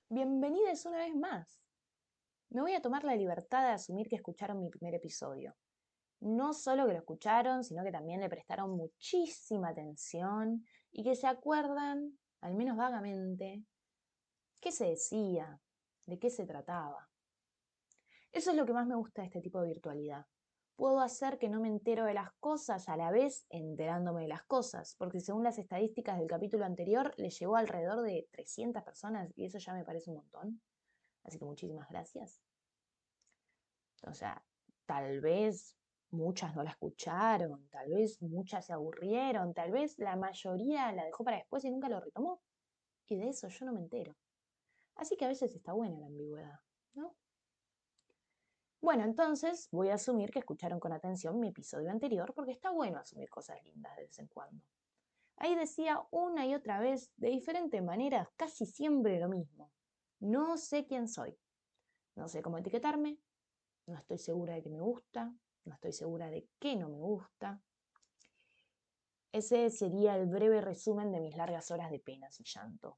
Bienvenidos una vez más. Me voy a tomar la libertad de asumir que escucharon mi primer episodio. No solo que lo escucharon, sino que también le prestaron muchísima atención y que se acuerdan, al menos vagamente, qué se decía, de qué se trataba. Eso es lo que más me gusta de este tipo de virtualidad. Puedo hacer que no me entero de las cosas a la vez enterándome de las cosas, porque según las estadísticas del capítulo anterior, le llegó alrededor de 300 personas y eso ya me parece un montón. Así que muchísimas gracias. O sea, tal vez muchas no la escucharon, tal vez muchas se aburrieron, tal vez la mayoría la dejó para después y nunca lo retomó. Y de eso yo no me entero. Así que a veces está buena la ambigüedad, ¿no? Bueno, entonces voy a asumir que escucharon con atención mi episodio anterior porque está bueno asumir cosas lindas de vez en cuando. Ahí decía una y otra vez, de diferentes maneras, casi siempre lo mismo. No sé quién soy. No sé cómo etiquetarme. No estoy segura de que me gusta. No estoy segura de qué no me gusta. Ese sería el breve resumen de mis largas horas de penas y llanto.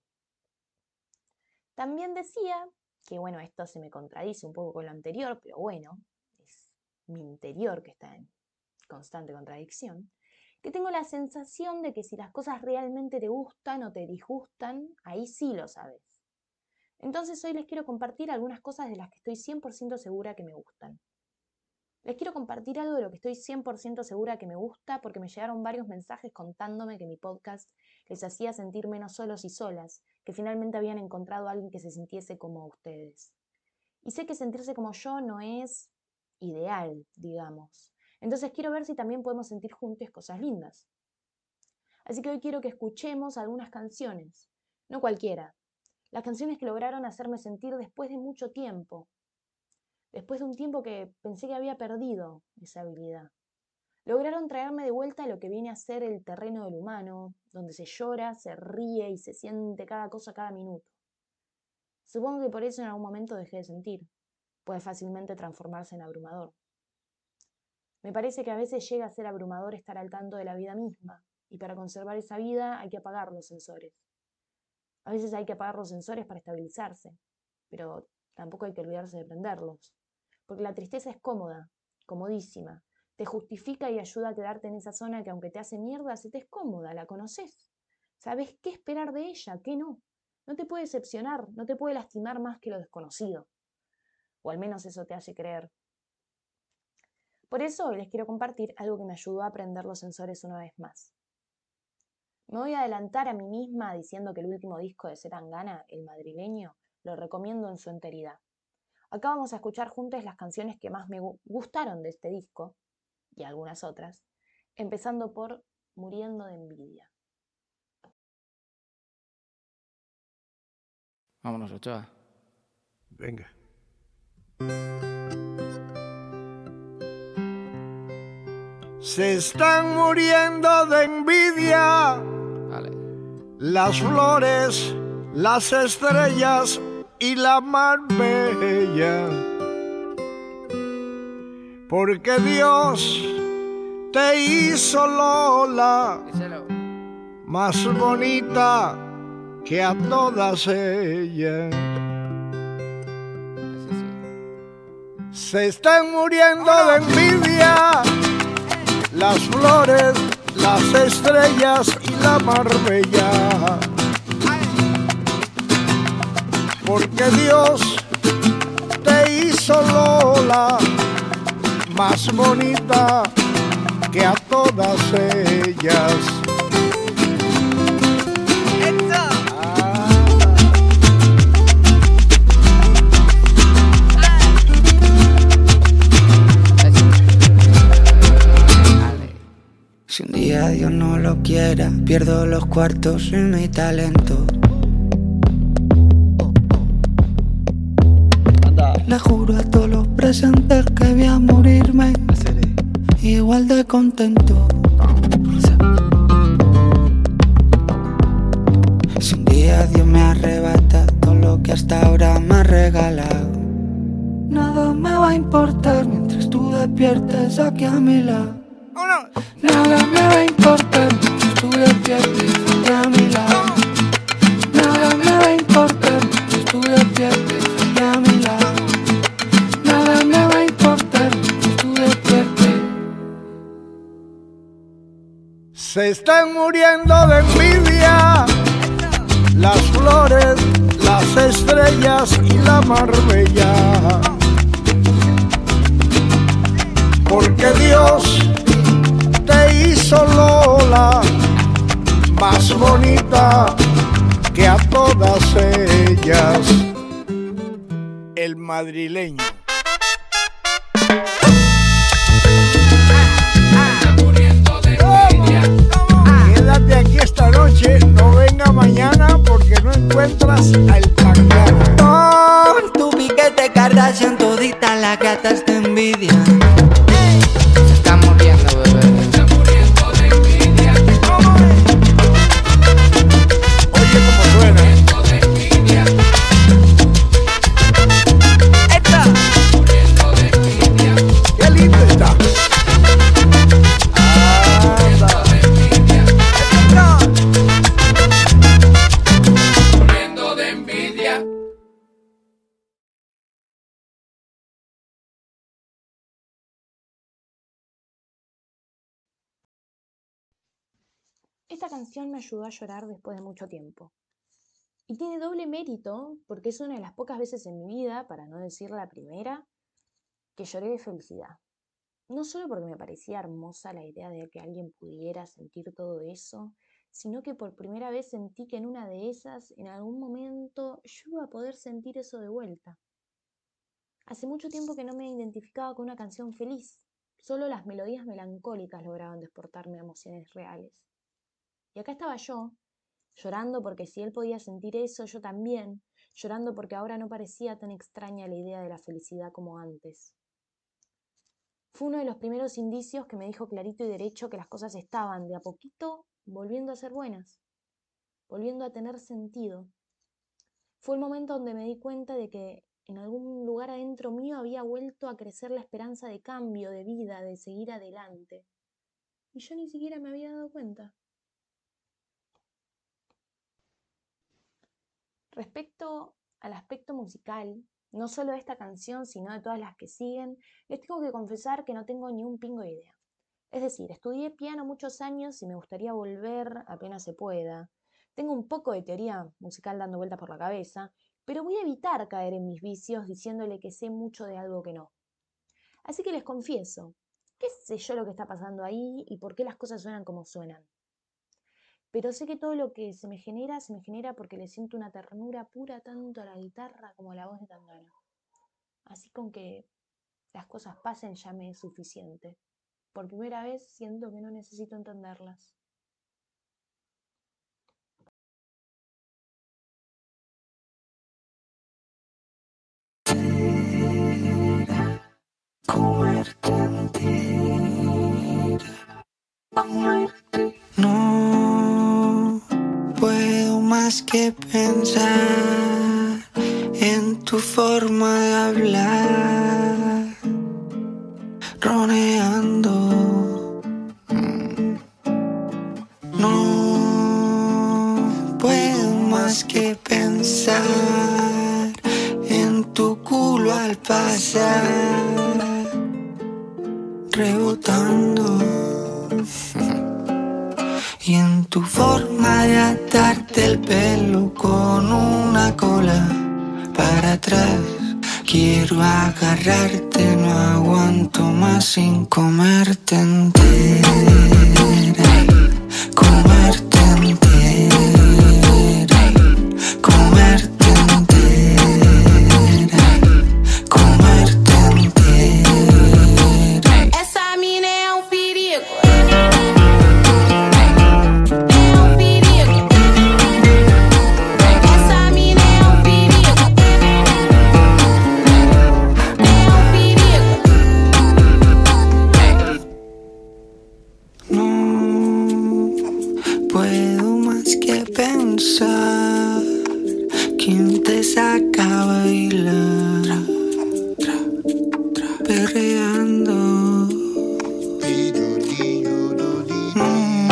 También decía que, bueno, esto se me contradice un poco con lo anterior, pero bueno, es mi interior que está en constante contradicción, que tengo la sensación de que si las cosas realmente te gustan o te disgustan, ahí sí lo sabes. Entonces hoy les quiero compartir algunas cosas de las que estoy 100% segura que me gustan. Les quiero compartir algo de lo que estoy 100% segura que me gusta porque me llegaron varios mensajes contándome que mi podcast les hacía sentir menos solos y solas, que finalmente habían encontrado a alguien que se sintiese como ustedes. Y sé que sentirse como yo no es ideal, digamos. Entonces quiero ver si también podemos sentir juntos cosas lindas. Así que hoy quiero que escuchemos algunas canciones, no cualquiera. Las canciones que lograron hacerme sentir después de mucho tiempo. Después de un tiempo que pensé que había perdido esa habilidad. Lograron traerme de vuelta a lo que viene a ser el terreno del humano, donde se llora, se ríe y se siente cada cosa cada minuto. Supongo que por eso en algún momento dejé de sentir. Puede fácilmente transformarse en abrumador. Me parece que a veces llega a ser abrumador estar al tanto de la vida misma, y para conservar esa vida hay que apagar los sensores. A veces hay que apagar los sensores para estabilizarse, pero tampoco hay que olvidarse de prenderlos. Porque la tristeza es cómoda, comodísima. Te justifica y ayuda a quedarte en esa zona que aunque te hace mierda, se te es cómoda, la conoces. Sabes qué esperar de ella, qué no. No te puede decepcionar, no te puede lastimar más que lo desconocido. O al menos eso te hace creer. Por eso hoy les quiero compartir algo que me ayudó a aprender los sensores una vez más. Me voy a adelantar a mí misma diciendo que el último disco de Zetangana, El Madrileño, lo recomiendo en su enteridad. Acá vamos a escuchar juntos las canciones que más me gustaron de este disco, y algunas otras, empezando por Muriendo de Envidia. Vámonos, Ochoa. Venga. Se están muriendo de envidia. Vale. Las flores, las estrellas y la mar bella. Porque Dios te hizo, Lola, Díselo. más bonita que a todas ellas. Así sí. Se están muriendo de envidia las flores, las estrellas y la mar bella. Porque Dios te hizo, Lola, más bonita que a todas ellas. Si un día Dios no lo quiera, pierdo los cuartos y mi talento. Le juro a todos los presentes que voy a morirme igual de contento. Si un día Dios me arrebata todo lo que hasta ahora me ha regalado, nada me va a importar mientras tú despiertes aquí a mi lado. Nada me va a importar mientras tú despiertes aquí a mi lado. Nada me va a importar mientras tú despiertes Se están muriendo de envidia las flores, las estrellas y la marbella, porque Dios te hizo, Lola, más bonita que a todas ellas. El madrileño. Quédate aquí esta noche, no venga mañana porque no encuentras al tangana. Con tu piquete Kardashian todita las gatas te envidian. Se está muriendo, bebé. Se está muriendo de envidia. Oye cómo suena. Muriendo de envidia. ¡Esta! Muriendo de envidia. Qué lindo está. Muriendo de envidia. Esta canción me ayudó a llorar después de mucho tiempo. Y tiene doble mérito porque es una de las pocas veces en mi vida, para no decir la primera, que lloré de felicidad. No solo porque me parecía hermosa la idea de que alguien pudiera sentir todo eso, sino que por primera vez sentí que en una de esas, en algún momento, yo iba a poder sentir eso de vuelta. Hace mucho tiempo que no me identificaba con una canción feliz, solo las melodías melancólicas lograban despertarme a emociones reales. Y acá estaba yo, llorando porque si él podía sentir eso, yo también, llorando porque ahora no parecía tan extraña la idea de la felicidad como antes. Fue uno de los primeros indicios que me dijo clarito y derecho que las cosas estaban, de a poquito, volviendo a ser buenas, volviendo a tener sentido. Fue el momento donde me di cuenta de que en algún lugar adentro mío había vuelto a crecer la esperanza de cambio, de vida, de seguir adelante. Y yo ni siquiera me había dado cuenta. Respecto al aspecto musical, no solo de esta canción, sino de todas las que siguen, les tengo que confesar que no tengo ni un pingo de idea. Es decir, estudié piano muchos años y me gustaría volver apenas se pueda. Tengo un poco de teoría musical dando vueltas por la cabeza, pero voy a evitar caer en mis vicios diciéndole que sé mucho de algo que no. Así que les confieso, ¿qué sé yo lo que está pasando ahí y por qué las cosas suenan como suenan? Pero sé que todo lo que se me genera porque le siento una ternura pura tanto a la guitarra como a la voz de Tangana. Así con que las cosas pasen ya me es suficiente. Por primera vez siento que no necesito entenderlas. No puedo más que pensar en tu forma de hablar, roneando. No puedo más que pensar en tu culo al pasar, rebotando. Y en tu forma de atarte el pelo con una cola para atrás. Quiero agarrarte, no aguanto más sin comerte entera. Comerte entera. Comerte entera. Comerte entera. Essa mina é perigo. ¿Quién te saca a bailar? Perreando. No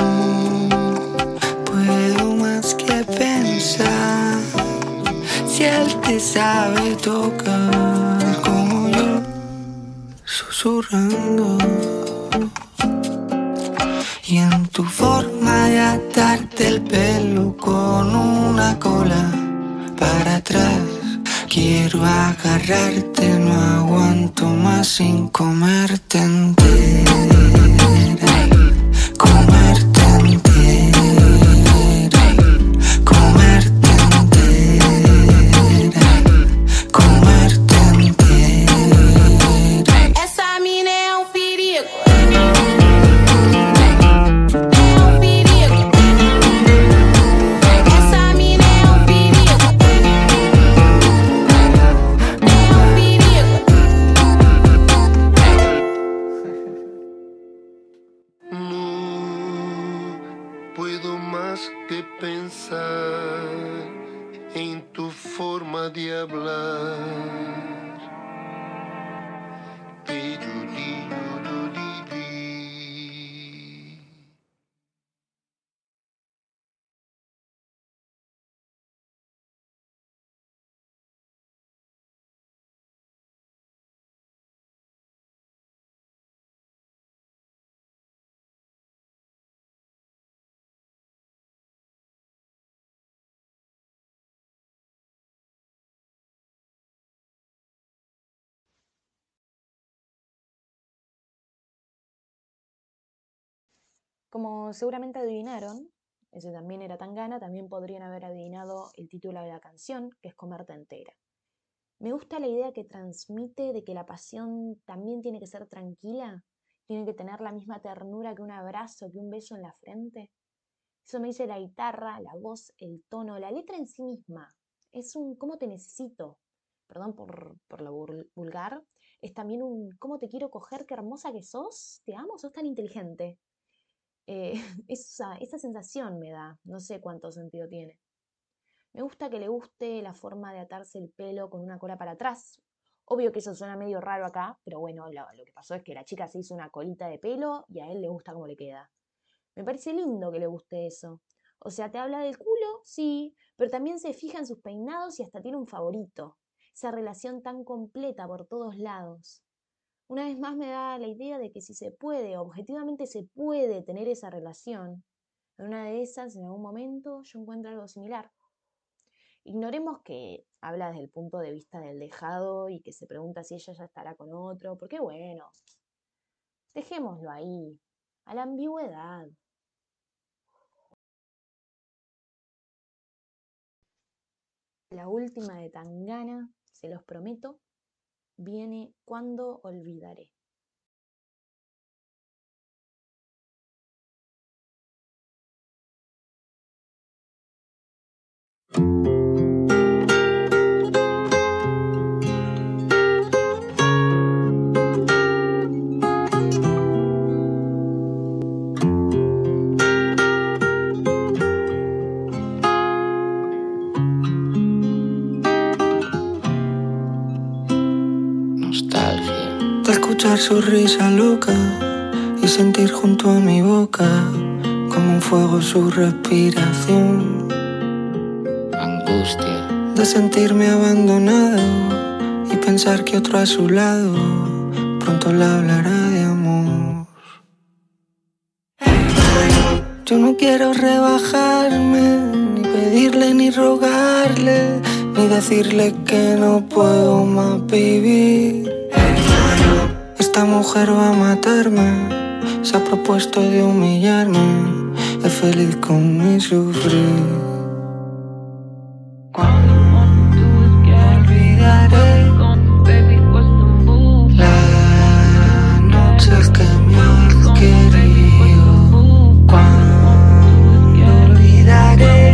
puedo más que pensar si él te sabe tocar como yo, susurrando. Y en tu forma de atarte el pelo con una cola para atrás. Quiero agarrarte, no aguanto más sin comerte entera. Comerte entera. Comerte entera. Comerte entera. Essa mina é perigo. Que pensar en tu forma de hablar. Como seguramente adivinaron, ese también era Tangana, también podrían haber adivinado el título de la canción, que es Comerte entera. Me gusta la idea que transmite de que la pasión también tiene que ser tranquila, tiene que tener la misma ternura que un abrazo, que un beso en la frente. Eso me dice la guitarra, la voz, el tono, la letra en sí misma. Es un ¿cómo te necesito? Perdón por lo vulgar. Es también un ¿cómo te quiero coger? Qué hermosa que sos. Te amo, sos tan inteligente. Esa sensación me da, no sé cuánto sentido tiene. Me gusta que le guste la forma de atarse el pelo con una cola para atrás. Obvio que eso suena medio raro acá, pero bueno, lo que pasó es que la chica se hizo una colita de pelo y a él le gusta cómo le queda. Me parece lindo que le guste eso. O sea, te habla del culo, sí, pero también se fija en sus peinados y hasta tiene un favorito. Esa relación tan completa por todos lados. Una vez más me da la idea de que si se puede, objetivamente se puede tener esa relación, en una de esas, en algún momento, yo encuentro algo similar. Ignoremos que habla desde el punto de vista del dejado y que se pregunta si ella ya estará con otro, porque bueno, dejémoslo ahí, a la ambigüedad. La última de Tangana, se los prometo, viene Cuando olvidaré. De escuchar su risa loca y sentir junto a mi boca como un fuego su respiración. Angustia. De sentirme abandonado y pensar que otro a su lado pronto le hablará de amor. Yo no quiero rebajarme, ni pedirle ni rogarle, ni decirle que no puedo más vivir. Esta mujer va a matarme, se ha propuesto de humillarme, es feliz con mi sufrir. Cuando olvidaré las noches que me has querido. Cuando olvidaré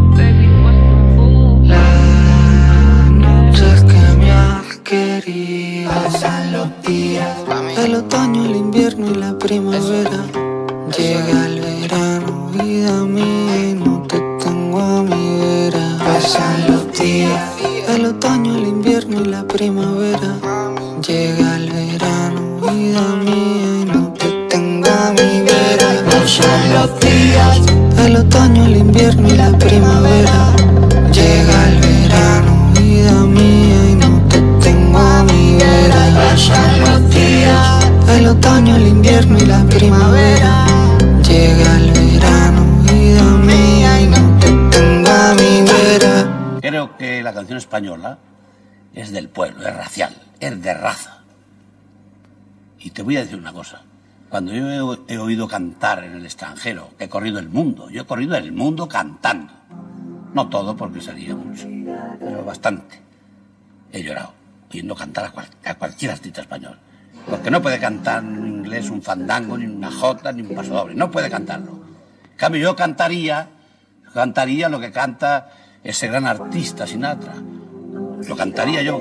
las noches que me has querido. Pasan los días, el otoño, el invierno y la primavera. Llega el verano, vida mía, y no te tengo a mi vera. Pasan los días, el otoño, el invierno y la primavera. Llega el verano, vida mía, y no te tengo a mi vera. Pasan los días, el otoño, el invierno y la primavera. Llega el verano, vida mía, y no te tengo a mi vera. Pasan los días, el otoño, el invierno y la primavera. Llega el creo que la canción española es del pueblo, es racial, es de raza. Y te voy a decir una cosa. Cuando yo he oído cantar en el extranjero, que he corrido el mundo, yo he corrido el mundo cantando. No todo, porque sería mucho, pero bastante. He llorado, oyendo cantar a cualquier artista español. Porque no puede cantar en inglés un fandango, ni una jota, ni un paso doble. No puede cantarlo. En cambio, yo cantaría lo que canta ese gran artista, Sinatra. Lo cantaría yo,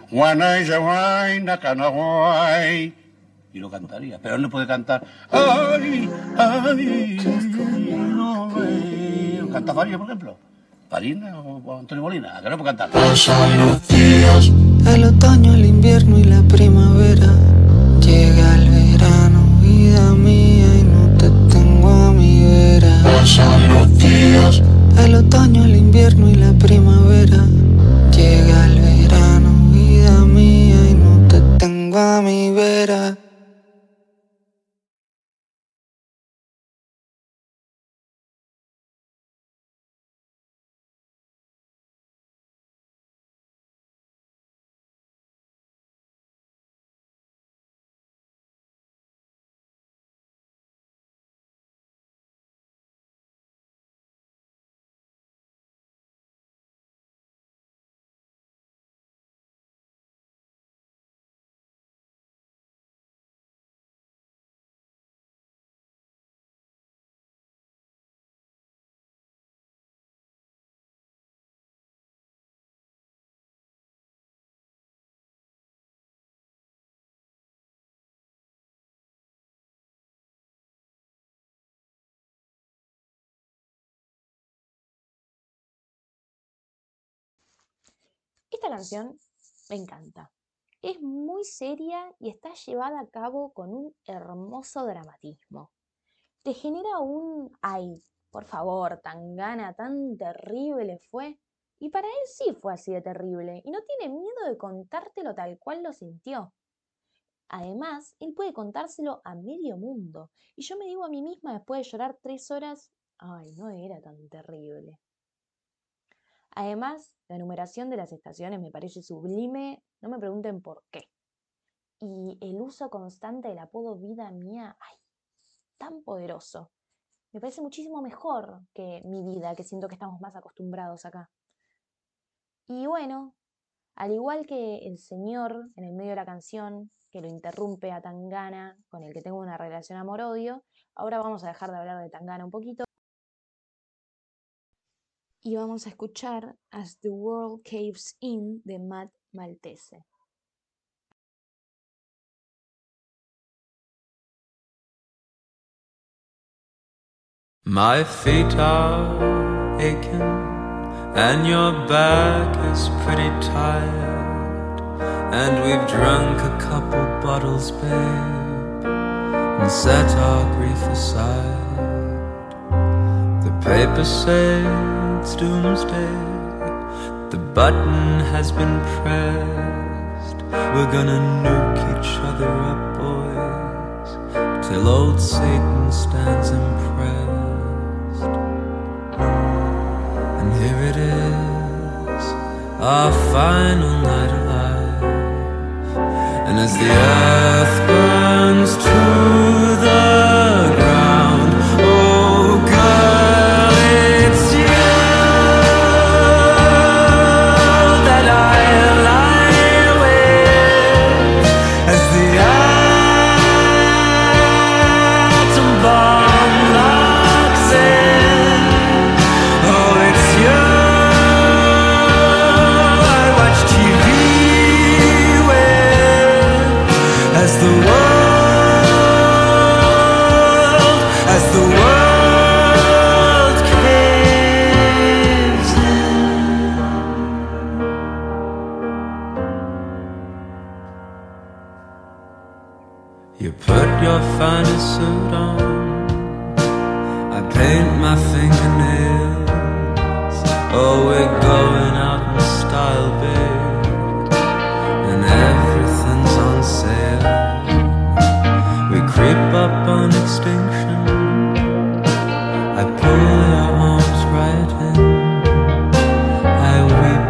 y lo cantaría, pero él no puede cantar. ¡Ay, ay! No, canta Farina, por ejemplo. Farina o Antonio Molina, que no puede cantar. Pasan los días, el otoño, el invierno y la primavera. Llega el verano, vida mía, y no te tengo a mi vera. Pasan los días, el otoño, el invierno y la primavera. Llega el verano, vida mía, y no te tengo a mi vera. Esta canción me encanta. Es muy seria y está llevada a cabo con un hermoso dramatismo. Te genera un ay, por favor, Tangana, tan terrible fue. Y para él sí fue así de terrible y no tiene miedo de contártelo tal cual lo sintió. Además, él puede contárselo a medio mundo. Y yo me digo a mí misma después de llorar 3 horas, ay, no era tan terrible. Además, la numeración de las estaciones me parece sublime, no me pregunten por qué. Y el uso constante del apodo vida mía, ay, tan poderoso. Me parece muchísimo mejor que mi vida, que siento que estamos más acostumbrados acá. Y bueno, al igual que el señor en el medio de la canción, que lo interrumpe a Tangana, con el que tengo una relación amor-odio, ahora vamos a dejar de hablar de Tangana un poquito. Y vamos a escuchar As the World Caves In de Matt Maltese. My feet are aching and your back is pretty tired, and we've drunk a couple bottles, babe, and set our grief aside. The papers say it's doomsday, the button has been pressed. We're gonna nuke each other up, boys, till old Satan stands impressed. And here it is, our final night alive. And as the earth burns to the ground, oh girl, it's you that I lie with. As the atom bomb locks in, oh it's you I watch TV with. As the world caves in. You put your finest suit on, I paint my fingernails. Oh, we're going out in style, babe, and everything's on sale. We creep up on extinction, I pull your arms right in, I weep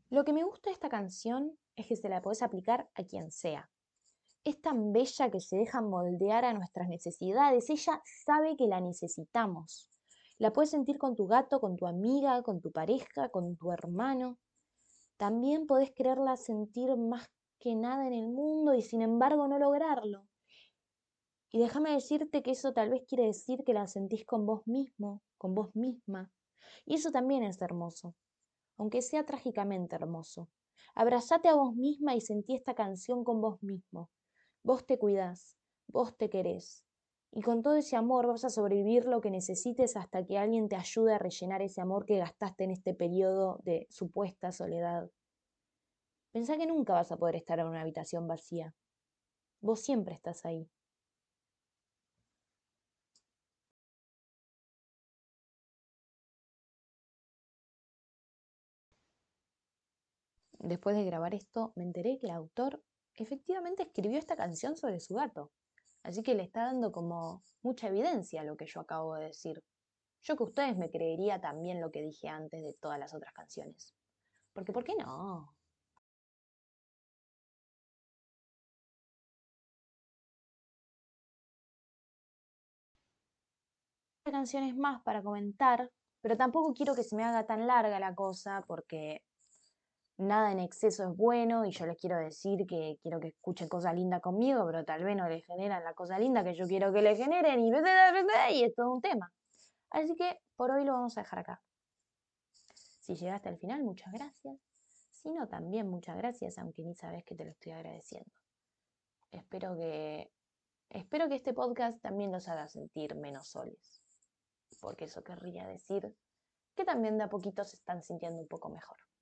Lo que me gusta de esta canción es que se la podés aplicar a quien sea. Es tan bella que se deja moldear a nuestras necesidades. Ella sabe que la necesitamos. La puedes sentir con tu gato, con tu amiga, con tu pareja, con tu hermano. También podés quererla sentir más que nada en el mundo y sin embargo no lograrlo. Y déjame decirte que eso tal vez quiere decir que la sentís con vos mismo, con vos misma. Y eso también es hermoso, aunque sea trágicamente hermoso. Abrazate a vos misma y sentí esta canción con vos mismo. Vos te cuidás, vos te querés. Y con todo ese amor vas a sobrevivir lo que necesites hasta que alguien te ayude a rellenar ese amor que gastaste en este periodo de supuesta soledad. Pensá que nunca vas a poder estar en una habitación vacía. Vos siempre estás ahí. Después de grabar esto, me enteré que el autor efectivamente escribió esta canción sobre su gato. Así que le está dando como mucha evidencia a lo que yo acabo de decir. Yo que ustedes me creería también lo que dije antes de todas las otras canciones. Porque, ¿por qué no? Hay canciones más para comentar, pero tampoco quiero que se me haga tan larga la cosa porque nada en exceso es bueno y yo les quiero decir que quiero que escuchen cosas lindas conmigo, pero tal vez no les generan la cosa linda que yo quiero que les generen y es todo un tema. Así que por hoy lo vamos a dejar acá. Si llegaste al final, muchas gracias. Si no, también muchas gracias, aunque ni sabes que te lo estoy agradeciendo. Espero que, espero que este podcast también los haga sentir menos soles, porque eso querría decir que también de a poquito se están sintiendo un poco mejor.